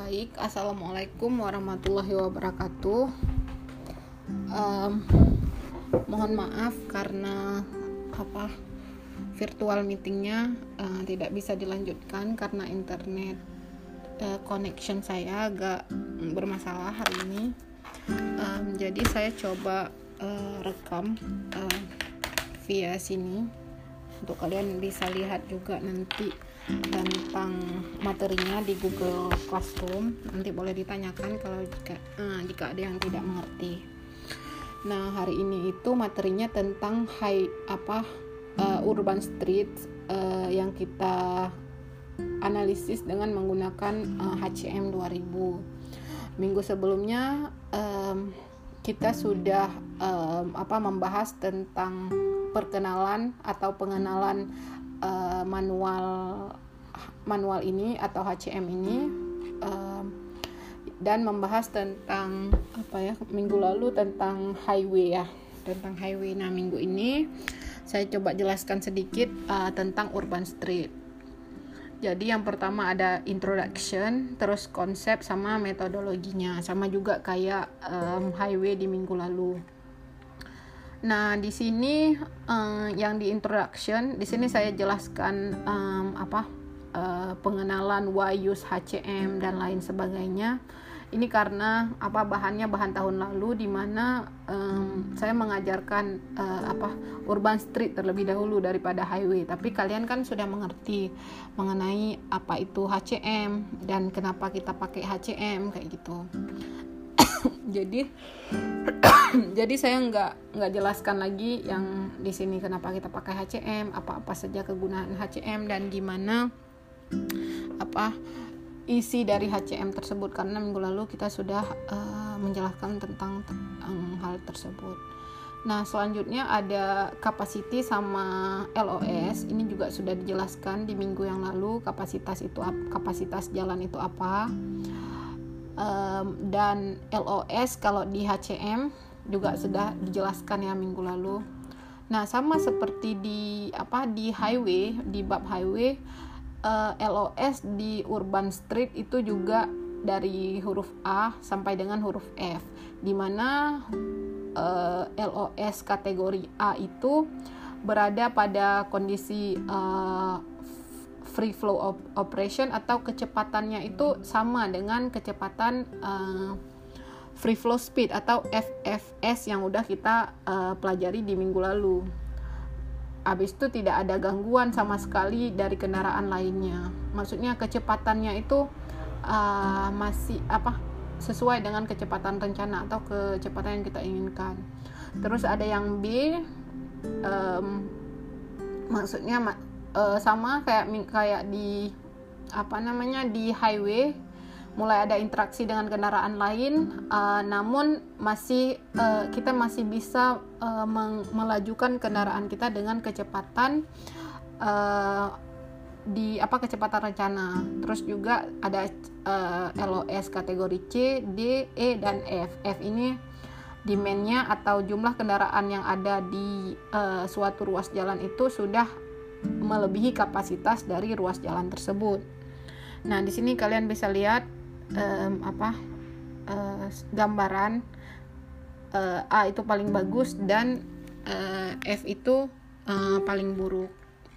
Baik, assalamualaikum warahmatullahi wabarakatuh. Mohon maaf karena virtual meetingnya tidak bisa dilanjutkan karena internet connection saya agak bermasalah hari ini. Jadi saya coba rekam via sini untuk kalian bisa lihat juga nanti tentang materinya di Google Classroom. Nanti boleh ditanyakan kalau jika ada yang tidak mengerti. Nah, hari ini itu materinya tentang urban street yang kita analisis dengan menggunakan HCM 2000. Minggu sebelumnya kita sudah membahas tentang perkenalan atau pengenalan manual ini atau HCM ini, dan membahas tentang minggu lalu tentang highway ya, tentang highway. Nah, minggu ini saya coba jelaskan sedikit tentang urban street. Jadi yang pertama ada introduction, terus konsep sama metodologinya, sama juga kayak highway di minggu lalu. Nah, di sini yang di introduction, di sini saya jelaskan pengenalan why use HCM dan lain sebagainya. Ini karena bahannya bahan tahun lalu, di mana saya mengajarkan urban street terlebih dahulu daripada highway. Tapi kalian kan sudah mengerti mengenai apa itu HCM dan kenapa kita pakai HCM kayak gitu. Jadi saya nggak jelaskan lagi yang di sini kenapa kita pakai HCM, apa saja kegunaan HCM dan gimana isi dari HCM tersebut, karena minggu lalu kita sudah menjelaskan tentang hal tersebut. Nah, selanjutnya ada capacity sama LOS. Ini juga sudah dijelaskan di minggu yang lalu. Kapasitas jalan itu apa? Dan LOS kalau di HCM juga sudah dijelaskan ya minggu lalu. Nah, sama seperti di highway, di bab highway, LOS di urban street itu juga dari huruf A sampai dengan huruf F, di mana LOS kategori A itu berada pada kondisi free flow operation atau kecepatannya itu sama dengan kecepatan free flow speed atau FFS yang udah kita pelajari di minggu lalu. Habis itu tidak ada gangguan sama sekali dari kendaraan lainnya. Maksudnya kecepatannya itu masih sesuai dengan kecepatan rencana atau kecepatan yang kita inginkan. Terus ada yang B, maksudnya sama kayak di di highway, mulai ada interaksi dengan kendaraan lain, namun kita masih bisa melajukan kendaraan kita dengan kecepatan kecepatan rencana. Terus juga ada LOS kategori C, D, E, dan F. F ini demand-nya atau jumlah kendaraan yang ada di suatu ruas jalan itu sudah melebihi kapasitas dari ruas jalan tersebut. Nah, di sini kalian bisa lihat gambaran A itu paling bagus dan F itu paling buruk.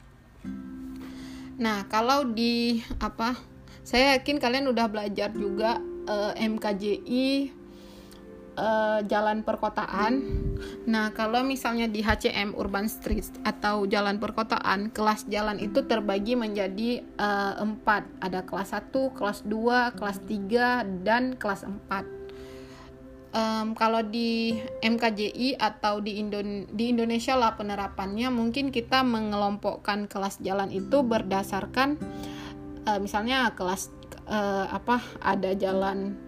Nah, kalau saya yakin kalian udah belajar juga MKJI jalan perkotaan. Nah, kalau misalnya di HCM urban street atau jalan perkotaan, kelas jalan itu terbagi menjadi 4. Ada kelas 1, kelas 2, kelas 3, dan kelas 4. Kalau di MKJI atau di Indonesia lah penerapannya, mungkin kita mengelompokkan kelas jalan itu berdasarkan misalnya kelas ada jalan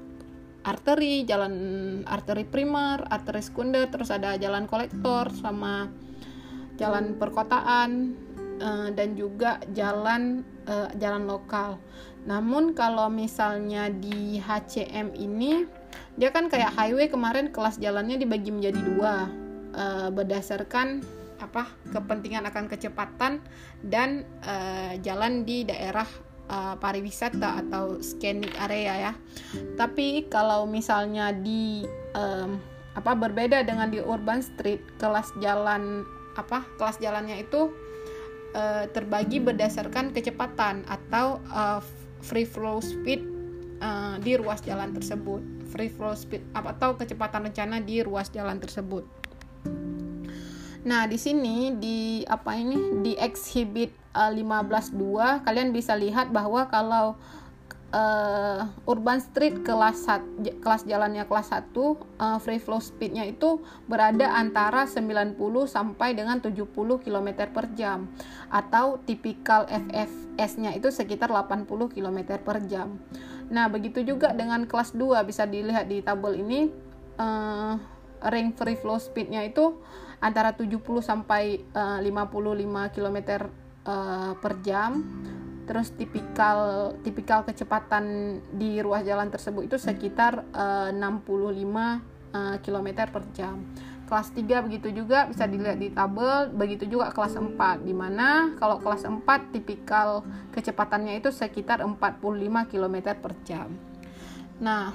arteri primer, arteri sekunder, terus ada jalan kolektor sama jalan perkotaan, dan juga jalan lokal. Namun kalau misalnya di HCM ini, dia kan kayak highway, kemarin kelas jalannya dibagi menjadi 2 berdasarkan kepentingan akan kecepatan dan jalan di daerah pariwisata atau scenic area ya. Tapi kalau misalnya di berbeda dengan di urban street, kelas jalannya itu terbagi berdasarkan kecepatan atau free flow speed di ruas jalan tersebut. Free flow speed atau kecepatan rencana di ruas jalan tersebut. Nah, di sini di exhibit 15.2 kalian bisa lihat bahwa kalau urban street kelas jalannya kelas 1, free flow speednya itu berada antara 90 sampai dengan 70 km per jam, atau typical FFS-nya itu sekitar 80 km per jam. Nah, begitu juga dengan kelas 2, bisa dilihat di tabel ini, range free flow speednya itu antara 70 sampai 55 km per jam. Terus tipikal kecepatan di ruas jalan tersebut itu sekitar 65 km per jam. Kelas 3 begitu juga, bisa dilihat di tabel. Begitu juga kelas 4, di mana kalau kelas 4 tipikal kecepatannya itu sekitar 45 km per jam. Nah,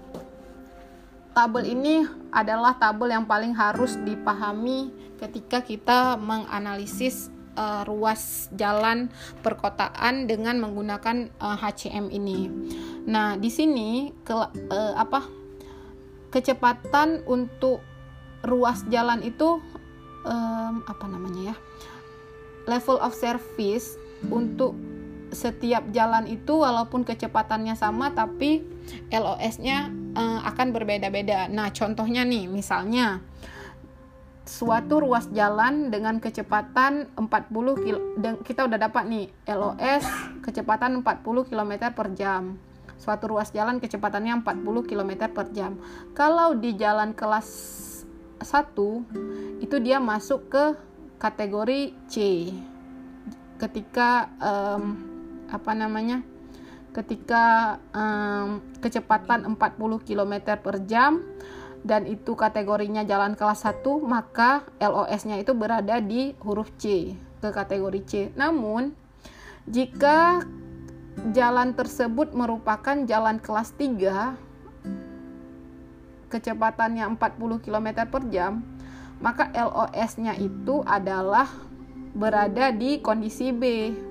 tabel ini adalah tabel yang paling harus dipahami ketika kita menganalisis ruas jalan perkotaan dengan menggunakan HCM ini. Nah, di sini kecepatan untuk ruas jalan itu level of service untuk setiap jalan itu walaupun kecepatannya sama tapi LOS-nya akan berbeda-beda. Nah, contohnya nih, misalnya suatu ruas jalan dengan kecepatan 40 km, kita udah dapat nih LOS kecepatan 40 km per jam. Suatu ruas jalan kecepatannya 40 km per jam. Kalau di jalan kelas 1 itu dia masuk ke kategori C. Ketika kecepatan 40 km per jam dan itu kategorinya jalan kelas 1, maka LOS-nya itu berada di huruf C, ke kategori C. Namun, jika jalan tersebut merupakan jalan kelas 3, kecepatannya 40 km per jam, maka LOS-nya itu adalah berada di kondisi B.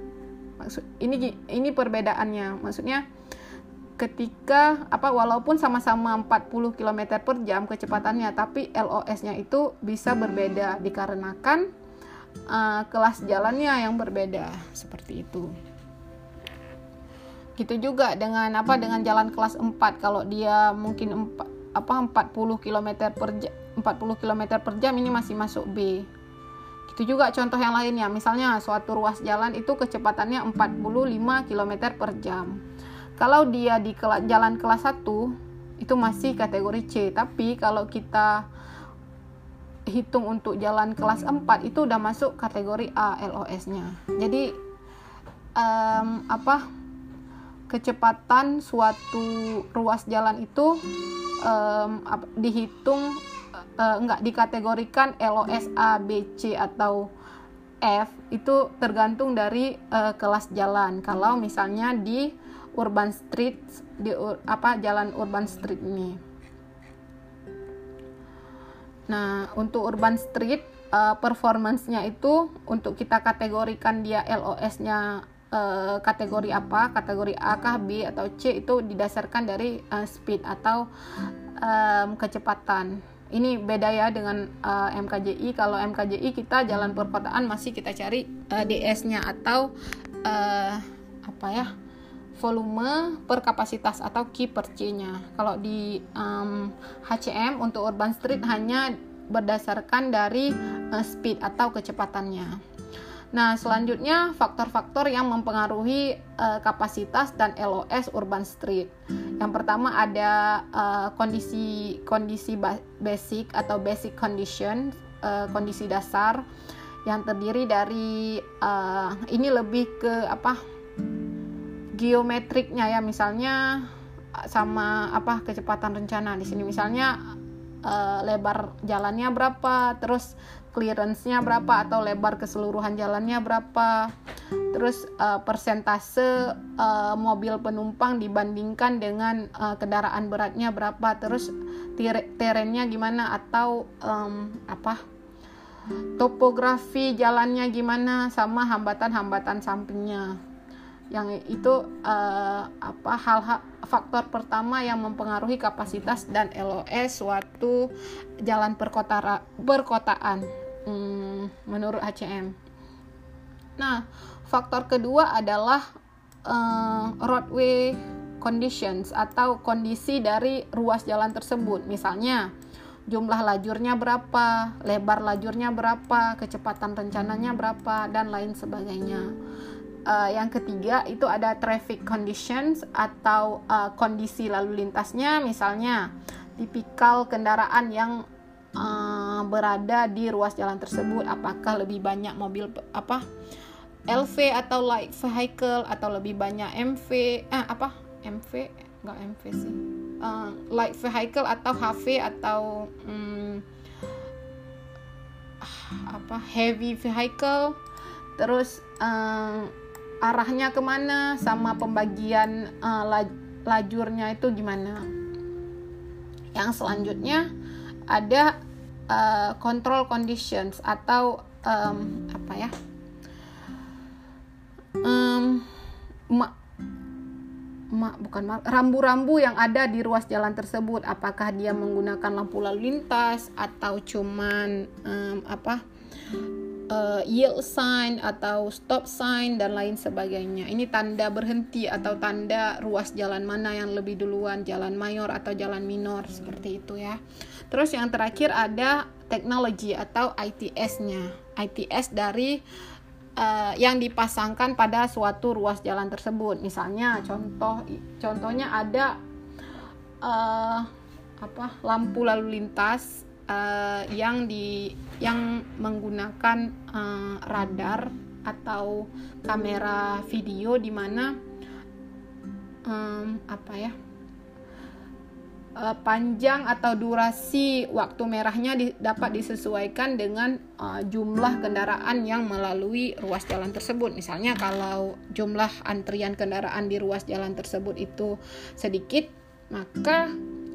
Ini perbedaannya. Maksudnya ketika walaupun sama-sama 40 km per jam kecepatannya, tapi LOS-nya itu bisa berbeda dikarenakan kelas jalannya yang berbeda, seperti itu. Gitu juga dengan jalan kelas 4, kalau dia mungkin 40 km per jam ini masih masuk B. Gitu juga contoh yang lainnya, misalnya suatu ruas jalan itu kecepatannya 45 km per jam. Kalau dia di jalan kelas 1 itu masih kategori C, tapi kalau kita hitung untuk jalan kelas 4 itu udah masuk kategori A LOS-nya. Jadi kecepatan suatu ruas jalan itu dihitung dikategorikan LOS A, B, C atau F, itu tergantung dari kelas jalan. Kalau misalnya di urban street, jalan urban street ini. Nah, untuk urban street performance-nya itu untuk kita kategorikan dia LOS-nya kategori apa, kategori A kah, B atau C, itu didasarkan dari speed atau kecepatan. Ini beda ya dengan MKJI. Kalau MKJI kita jalan perkotaan masih kita cari DS-nya atau volume per kapasitas atau Q per C-nya. Kalau di HCM untuk urban street hanya berdasarkan dari speed atau kecepatannya. Nah, selanjutnya faktor-faktor yang mempengaruhi kapasitas dan LOS urban street. Yang pertama ada kondisi basic atau basic condition, kondisi dasar yang terdiri dari ini lebih ke geometriknya ya, misalnya sama kecepatan rencana. Di sini misalnya lebar jalannya berapa, terus clearance-nya berapa atau lebar keseluruhan jalannya berapa, terus persentase mobil penumpang dibandingkan dengan kendaraan beratnya berapa, terus terennya gimana, atau topografi jalannya gimana, sama hambatan-hambatan sampingnya. Yang itu faktor pertama yang mempengaruhi kapasitas dan LOS suatu jalan perkotaan menurut HCM. Nah, faktor kedua adalah roadway conditions atau kondisi dari ruas jalan tersebut. Misalnya, jumlah lajurnya berapa, lebar lajurnya berapa, kecepatan rencananya berapa, dan lain sebagainya. Yang ketiga itu ada traffic conditions atau kondisi lalu lintasnya. Misalnya, tipikal kendaraan yang berada di ruas jalan tersebut, apakah lebih banyak mobil LV atau light vehicle, atau lebih banyak MV enggak MV sih, light vehicle atau HV atau heavy vehicle. Terus arahnya kemana, sama pembagian lajurnya itu gimana. Yang selanjutnya ada control conditions atau rambu-rambu yang ada di ruas jalan tersebut, apakah dia menggunakan lampu lalu lintas atau cuman yield sign atau stop sign dan lain sebagainya. Ini tanda berhenti atau tanda ruas jalan mana yang lebih duluan, jalan mayor atau jalan minor, seperti itu ya. Terus yang terakhir ada teknologi atau ITS-nya. ITS dari yang dipasangkan pada suatu ruas jalan tersebut. Misalnya contohnya ada lampu lalu lintas yang menggunakan radar atau kamera video, di mana panjang atau durasi waktu merahnya dapat disesuaikan dengan jumlah kendaraan yang melalui ruas jalan tersebut. Misalnya kalau jumlah antrian kendaraan di ruas jalan tersebut itu sedikit, maka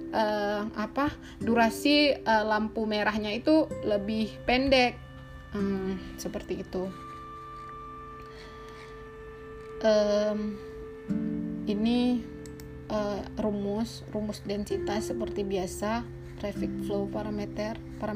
durasi lampu merahnya itu lebih pendek, seperti itu. Ini rumus densitas seperti biasa, traffic flow parameter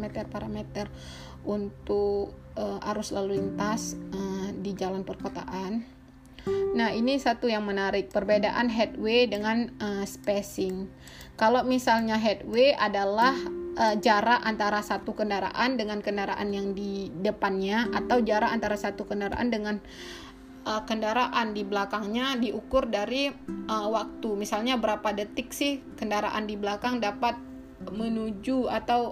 untuk arus lalu lintas di jalan perkotaan. Nah, ini satu yang menarik, perbedaan headway dengan spacing. Kalau misalnya headway adalah jarak antara satu kendaraan dengan kendaraan yang di depannya, atau jarak antara satu kendaraan dengan kendaraan di belakangnya diukur dari waktu. Misalnya berapa detik sih kendaraan di belakang dapat menuju atau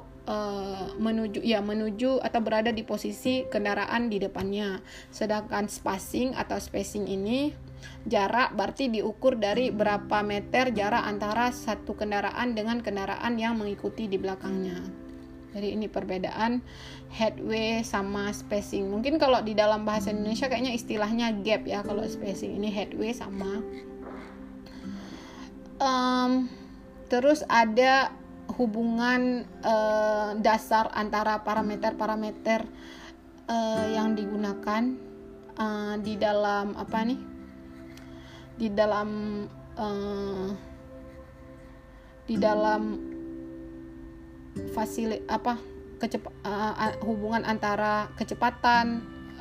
berada di posisi kendaraan di depannya. Sedangkan spacing ini jarak berarti diukur dari berapa meter jarak antara satu kendaraan dengan kendaraan yang mengikuti di belakangnya. Jadi ini perbedaan headway sama spacing. Mungkin kalau di dalam bahasa Indonesia kayaknya istilahnya gap ya. Kalau spacing ini headway sama. Terus ada hubungan dasar antara parameter-parameter yang digunakan di dalam hubungan antara kecepatan,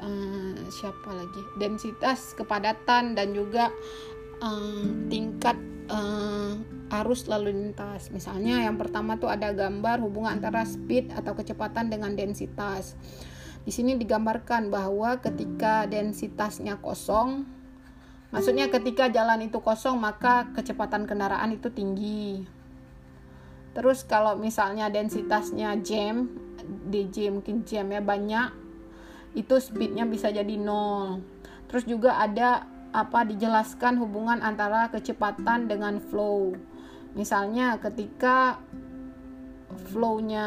densitas, kepadatan, dan juga tingkat arus lalu lintas. Misalnya yang pertama tuh ada gambar hubungan antara speed atau kecepatan dengan densitas. Di sini digambarkan bahwa ketika densitasnya kosong, maksudnya ketika jalan itu kosong, maka kecepatan kendaraan itu tinggi. Terus kalau misalnya densitasnya mungkin jam ya banyak, itu speednya bisa jadi 0. Terus juga ada dijelaskan hubungan antara kecepatan dengan flow. Misalnya ketika flow-nya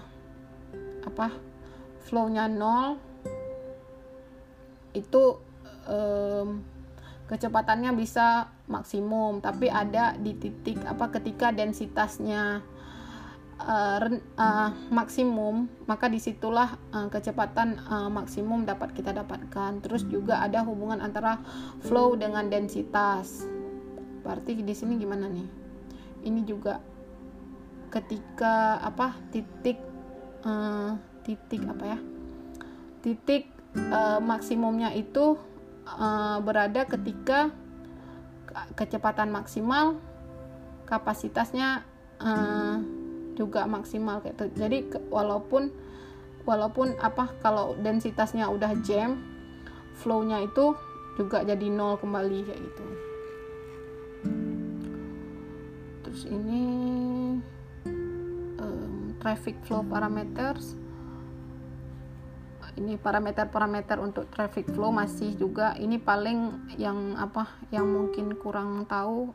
0, itu kecepatannya bisa maksimum, tapi ada di titik ketika densitasnya maksimum, maka disitulah kecepatan maksimum dapat kita dapatkan. Terus juga ada hubungan antara flow dengan densitas. Berarti di sini gimana nih? Ini juga ketika titik maksimumnya itu berada ketika kecepatan maksimal, kapasitasnya juga maksimal kayak itu. Jadi walaupun kalau densitasnya udah jam, flow-nya itu juga jadi nol kembali kayak gitu. Terus ini traffic flow parameters. Ini parameter-parameter untuk traffic flow masih juga, ini paling yang mungkin kurang tahu.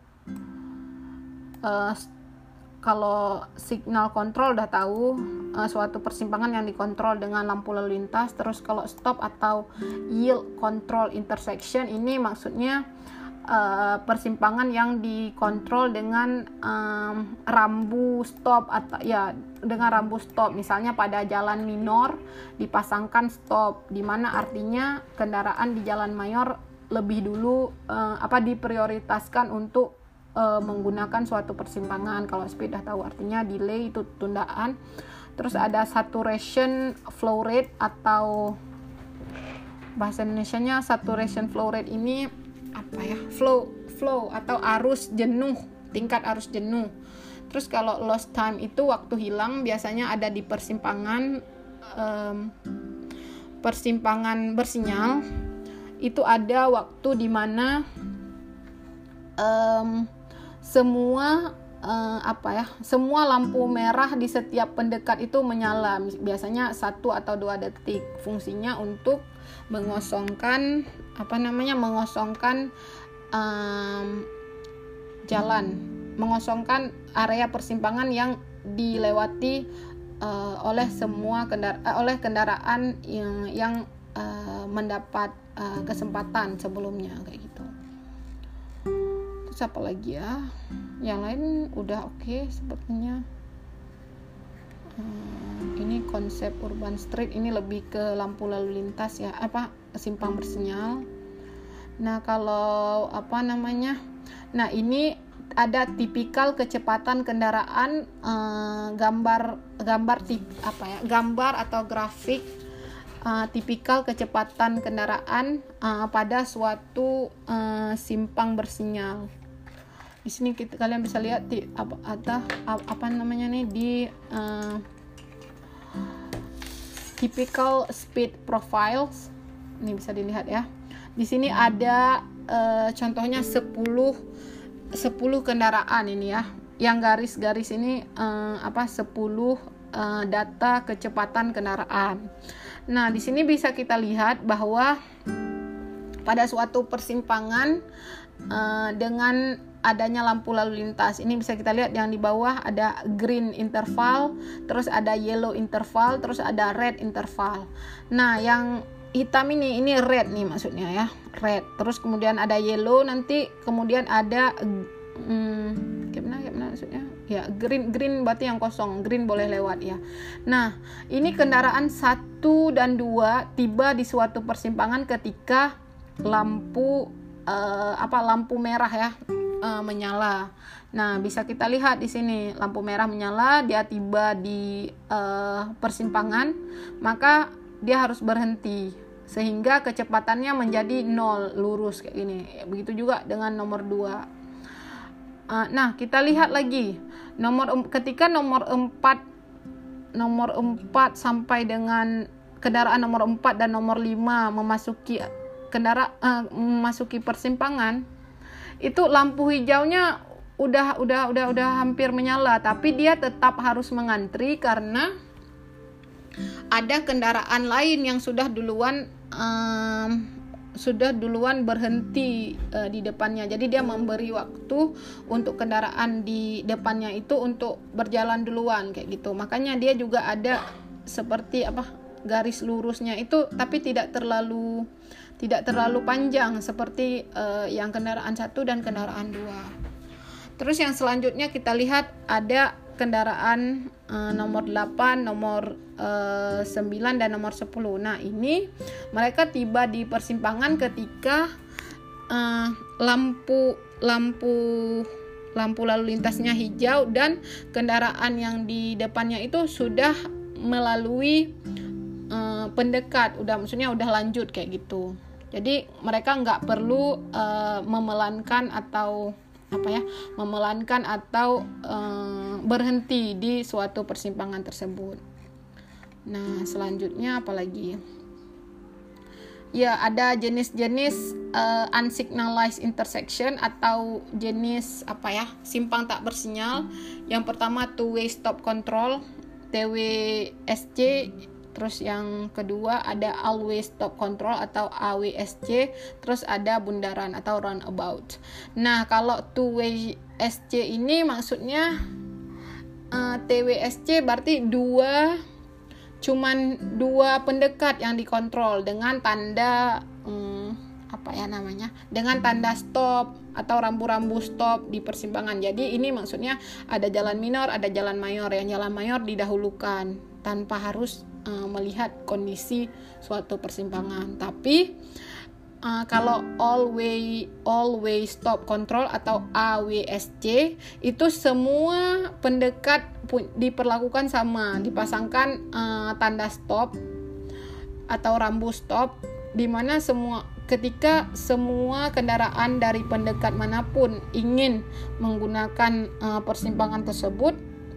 Kalau signal kontrol udah tahu, suatu persimpangan yang dikontrol dengan lampu lalu lintas. Terus kalau stop atau yield control intersection, ini maksudnya persimpangan yang dikontrol dengan rambu stop dengan rambu stop. Misalnya pada jalan minor dipasangkan stop, di mana artinya kendaraan di jalan mayor lebih dulu diprioritaskan untuk menggunakan suatu persimpangan. Kalau speed dah tahu artinya delay, itu tundaan. Terus ada saturation flow rate, atau bahasa Indonesianya saturation flow rate ini flow atau arus jenuh, tingkat arus jenuh. Terus kalau lost time itu waktu hilang, biasanya ada di persimpangan bersinyal. Itu ada waktu di mana semua lampu merah di setiap pendekat itu menyala, biasanya 1 atau 2 detik. Fungsinya untuk mengosongkan jalan, mengosongkan area persimpangan yang dilewati oleh semua kendaraan yang mendapat kesempatan sebelumnya kayak gitu. Terus apa lagi ya? Yang lain udah oke sepertinya. Ini konsep urban street, ini lebih ke lampu lalu lintas ya, simpang bersinyal. Nah kalau nah ini ada tipikal kecepatan kendaraan, gambar atau grafik tipikal kecepatan kendaraan pada suatu simpang bersinyal. Di sini kalian bisa lihat di typical speed profiles. Ini bisa dilihat ya. Di sini ada contohnya 10 kendaraan ini ya. Yang garis-garis ini 10 data kecepatan kendaraan. Nah, di sini bisa kita lihat bahwa pada suatu persimpangan dengan adanya lampu lalu lintas, ini bisa kita lihat yang di bawah ada green interval, terus ada yellow interval, terus ada red interval. Nah, yang hitam ini red nih maksudnya ya, red. Terus kemudian ada yellow, nanti kemudian ada gimana maksudnya? Ya, green berarti yang kosong, green boleh lewat ya. Nah, ini kendaraan 1 dan 2 tiba di suatu persimpangan ketika lampu merah ya menyala. Nah, bisa kita lihat di sini lampu merah menyala, dia tiba di persimpangan, maka dia harus berhenti sehingga kecepatannya menjadi 0, lurus kayak gini. Begitu juga dengan nomor 2. Nah, kita lihat lagi ketika nomor 4 sampai dengan kendaraan nomor 4 dan nomor 5 memasuki persimpangan, itu lampu hijaunya udah hampir menyala, tapi dia tetap harus mengantri karena ada kendaraan lain yang sudah duluan berhenti di depannya. Jadi dia memberi waktu untuk kendaraan di depannya itu untuk berjalan duluan kayak gitu. Makanya dia juga ada seperti garis lurusnya itu, tapi tidak terlalu tidak terlalu panjang seperti yang kendaraan 1 dan kendaraan 2. Terus yang selanjutnya kita lihat ada kendaraan nomor 8, nomor 9 dan nomor 10. Nah, ini mereka tiba di persimpangan ketika lampu lalu lintasnya hijau dan kendaraan yang di depannya itu sudah melalui pendekat, maksudnya udah lanjut kayak gitu. Jadi mereka nggak perlu memelankan atau berhenti di suatu persimpangan tersebut. Nah, selanjutnya apa lagi? Ya, ada jenis-jenis unsignalized intersection atau jenis simpang tak bersinyal. Yang pertama two-way stop control, TWSC. Terus yang kedua ada always stop control atau AWSC. Terus ada bundaran atau roundabout. Nah, kalau two-way SC ini maksudnya TWSC berarti cuman dua pendekat yang dikontrol dengan tanda dengan tanda stop atau rambu-rambu stop di persimpangan. Jadi ini maksudnya ada jalan minor, ada jalan mayor. Yang jalan mayor didahulukan tanpa harus melihat kondisi suatu persimpangan. Tapi kalau always stop control atau AWSC itu semua pendekat diperlakukan sama, dipasangkan tanda stop atau rambu stop, di mana ketika semua kendaraan dari pendekat manapun ingin menggunakan persimpangan tersebut,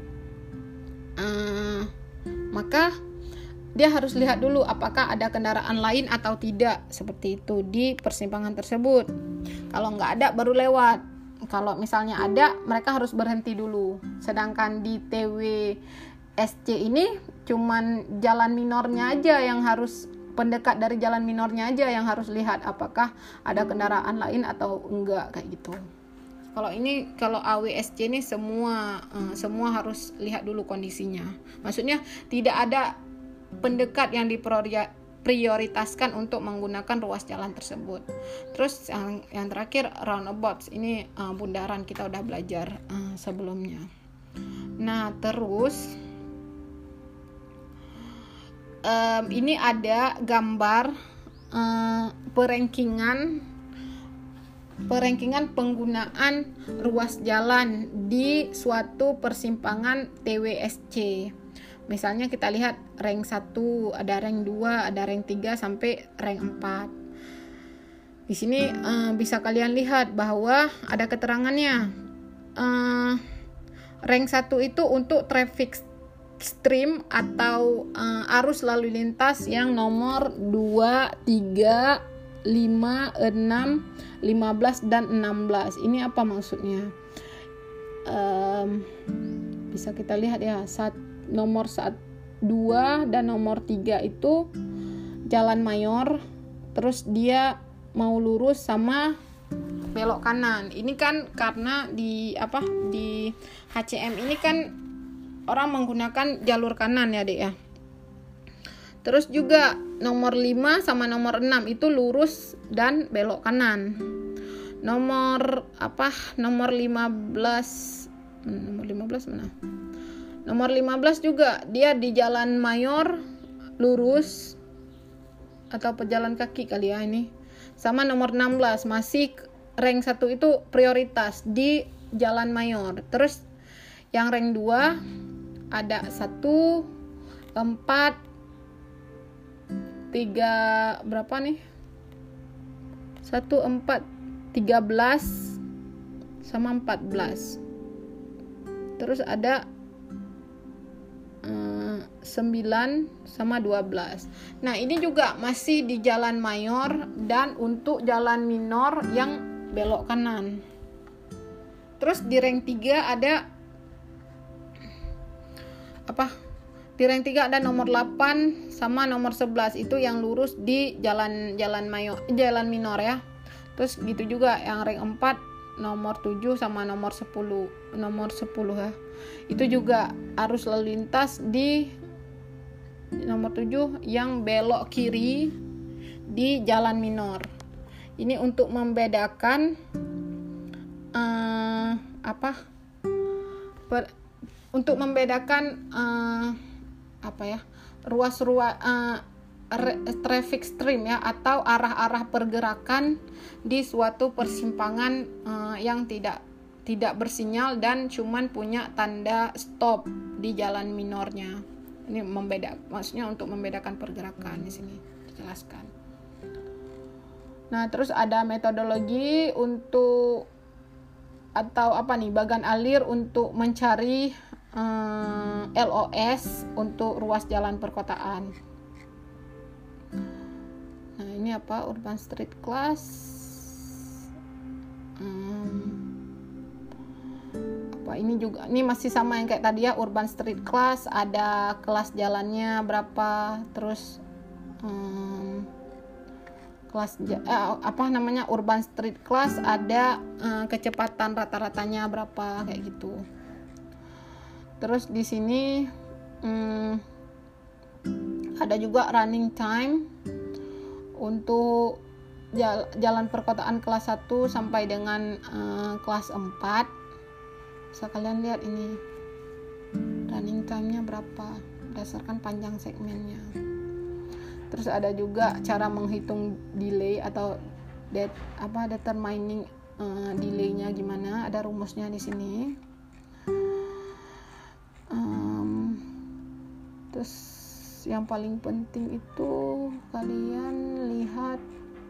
maka dia harus lihat dulu apakah ada kendaraan lain atau tidak, seperti itu di persimpangan tersebut. Kalau nggak ada baru lewat. Kalau misalnya ada, mereka harus berhenti dulu. Sedangkan di TWSC ini cuman jalan minornya aja yang harus, pendekat dari jalan minornya aja yang harus lihat apakah ada kendaraan lain atau enggak, kayak gitu. Kalau AWSC ini semua harus lihat dulu kondisinya. Maksudnya tidak ada pendekat yang diprioritaskan untuk menggunakan ruas jalan tersebut. Terus yang terakhir roundabouts, ini bundaran, kita udah belajar sebelumnya. Nah, terus ini ada gambar perankingan penggunaan ruas jalan di suatu persimpangan TWSC. Misalnya kita lihat rank 1, ada rank 2, ada rank 3 sampai rank 4. Di sini bisa kalian lihat bahwa ada keterangannya. Rank 1 itu untuk traffic stream atau arus lalu lintas yang nomor 2, 3, 5, 6, 15 dan 16. Ini apa maksudnya? Bisa kita lihat ya, nomor 1, 2 dan nomor 3 itu jalan mayor, terus dia mau lurus sama belok kanan. Ini kan karena di HCM ini kan orang menggunakan jalur kanan ya, Dek ya. Terus juga nomor 5 sama nomor 6 itu lurus dan belok kanan. Nomor 15 mana? Nomor 15 juga dia di jalan mayor lurus atau pejalan kaki kali ya ini. Sama nomor 16 masih rank 1 itu prioritas di jalan mayor. Terus yang rank 2 ada 1, 4, 3 berapa nih? 1, 4, 13 sama 14. Terus ada 9 sama 12. Nah, ini juga masih di jalan mayor dan untuk jalan minor yang belok kanan. Terus di rank 3 ada Di rank 3 ada nomor 8 sama nomor 11, itu yang lurus di jalan minor ya. Terus gitu juga yang rank 4 nomor 7 sama nomor 10 ya. Itu juga arus lalu lintas di nomor 7 yang belok kiri di jalan minor. Ini untuk membedakan ruas-ruas traffic stream ya, atau arah-arah pergerakan di suatu persimpangan yang tidak bersinyal dan cuman punya tanda stop di jalan minornya. Ini maksudnya untuk membedakan pergerakan di sini dijelaskan. Nah, terus ada metodologi untuk bagan alir untuk mencari LOS untuk ruas jalan perkotaan. Nah, ini urban street class. Ini masih sama yang kayak tadi ya, urban street class, ada kelas jalannya berapa, terus urban street class ada kecepatan rata-ratanya berapa kayak gitu. Terus di sini ada juga running time untuk jalan perkotaan kelas 1 sampai dengan kelas 4. Bisa kalian lihat ini running time-nya berapa berdasarkan panjang segmennya. Terus ada juga cara menghitung delay atau determining delay-nya gimana, ada rumusnya di sini. Terus yang paling penting itu kalian lihat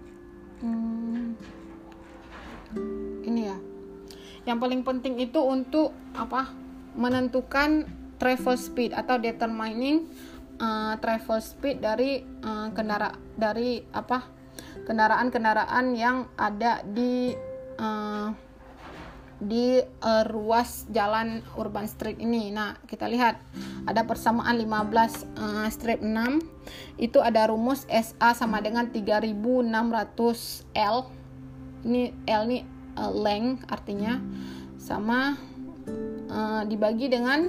ini ya. Yang paling penting itu untuk menentukan travel speed atau determining travel speed dari kendaraan-kendaraan yang ada di ruas jalan urban street ini. Nah, kita lihat ada persamaan 15 strip 6 itu ada rumus SA sama dengan 3600 L. Ini L ini length artinya, sama dibagi dengan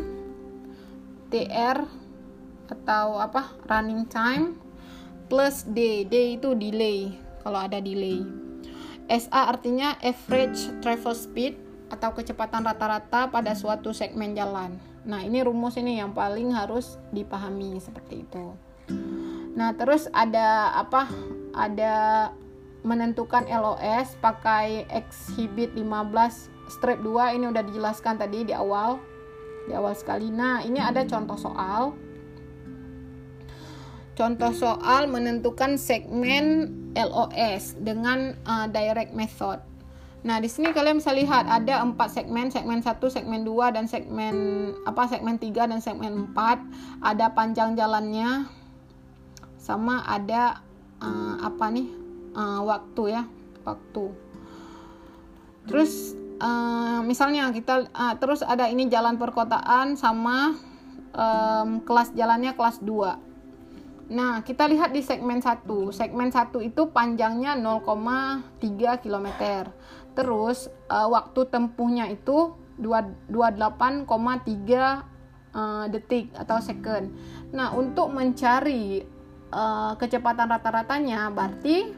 TR atau running time plus D itu delay kalau ada delay. SA artinya average travel speed atau kecepatan rata-rata pada suatu segmen jalan. Nah, ini rumus ini yang paling harus dipahami seperti itu. Nah, terus ada menentukan LOS pakai exhibit 15 strip 2. Ini udah dijelaskan tadi di awal sekali. Nah, ini ada contoh soal menentukan segmen LOS dengan direct method. Nah, di sini kalian bisa lihat ada 4 segmen 1, segmen 2 dan segmen 3 dan segmen 4. Ada panjang jalannya sama ada waktu. Terus misalnya kita terus ada ini jalan perkotaan sama kelas jalannya kelas 2. Nah, kita lihat di segmen 1. Segmen 1 itu panjangnya 0,3 km. Terus waktu tempuhnya itu 28,3 detik atau second. Nah, untuk mencari kecepatan rata-ratanya berarti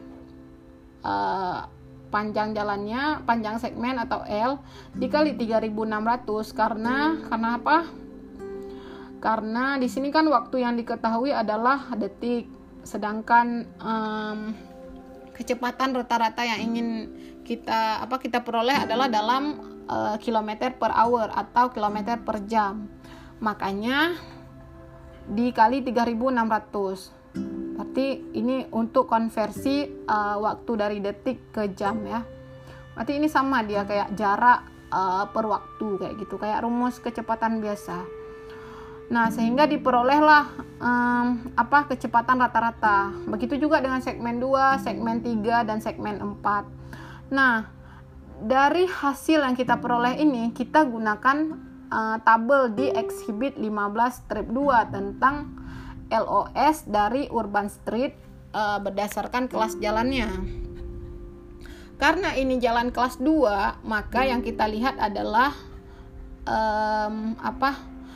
panjang jalannya, panjang segmen atau L dikali 3600 karena apa? Karena di sini kan waktu yang diketahui adalah detik, sedangkan kecepatan rata-rata yang ingin kita peroleh adalah dalam kilometer per hour atau kilometer per jam. Makanya dikali 3600. Berarti ini untuk konversi waktu dari detik ke jam ya. Berarti ini sama dia kayak jarak per waktu kayak gitu, kayak rumus kecepatan biasa. Nah, sehingga diperolehlah kecepatan rata-rata. Begitu juga dengan segmen 2, segmen 3 dan segmen 4. Nah, dari hasil yang kita peroleh ini kita gunakan tabel di exhibit 15 strip 2 tentang LOS dari urban street berdasarkan kelas jalannya. Karena ini jalan kelas 2, maka yang kita lihat adalah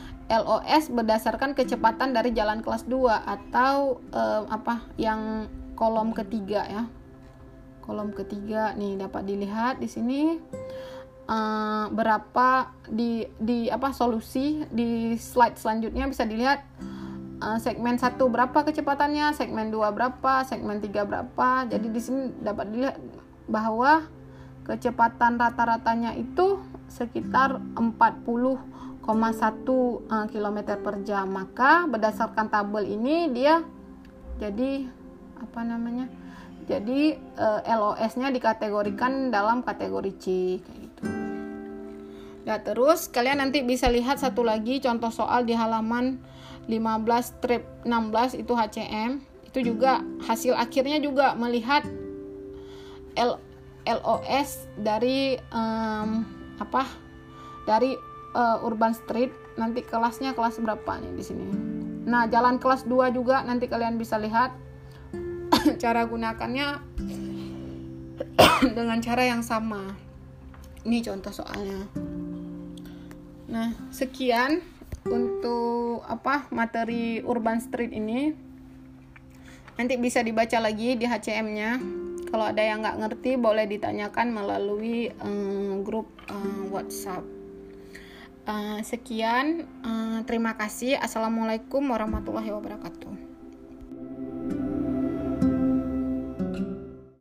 LOS berdasarkan kecepatan dari jalan kelas 2 atau yang kolom ketiga ya. Kolom ketiga nih dapat dilihat di sini berapa di solusi. Di slide selanjutnya bisa dilihat segmen 1 berapa kecepatannya, segmen 2 berapa, segmen 3 berapa. Jadi di sini dapat dilihat bahwa kecepatan rata-ratanya itu sekitar 40,1 km per jam. Maka berdasarkan tabel ini dia jadi LOS-nya dikategorikan dalam kategori C kayak gitu. Ya, terus kalian nanti bisa lihat satu lagi contoh soal di halaman 15/16 itu HCM. Itu juga hasil akhirnya juga melihat LOS dari Urban Street. Nanti kelasnya kelas berapa nih di sini. Nah, jalan kelas 2 juga nanti kalian bisa lihat cara gunakannya dengan cara yang sama. Ini contoh soalnya. Nah, sekian untuk materi Urban Street ini. Nanti bisa dibaca lagi di HCM-nya. Kalau ada yang nggak ngerti boleh ditanyakan melalui grup WhatsApp. Sekian, terima kasih. Assalamualaikum warahmatullahi wabarakatuh.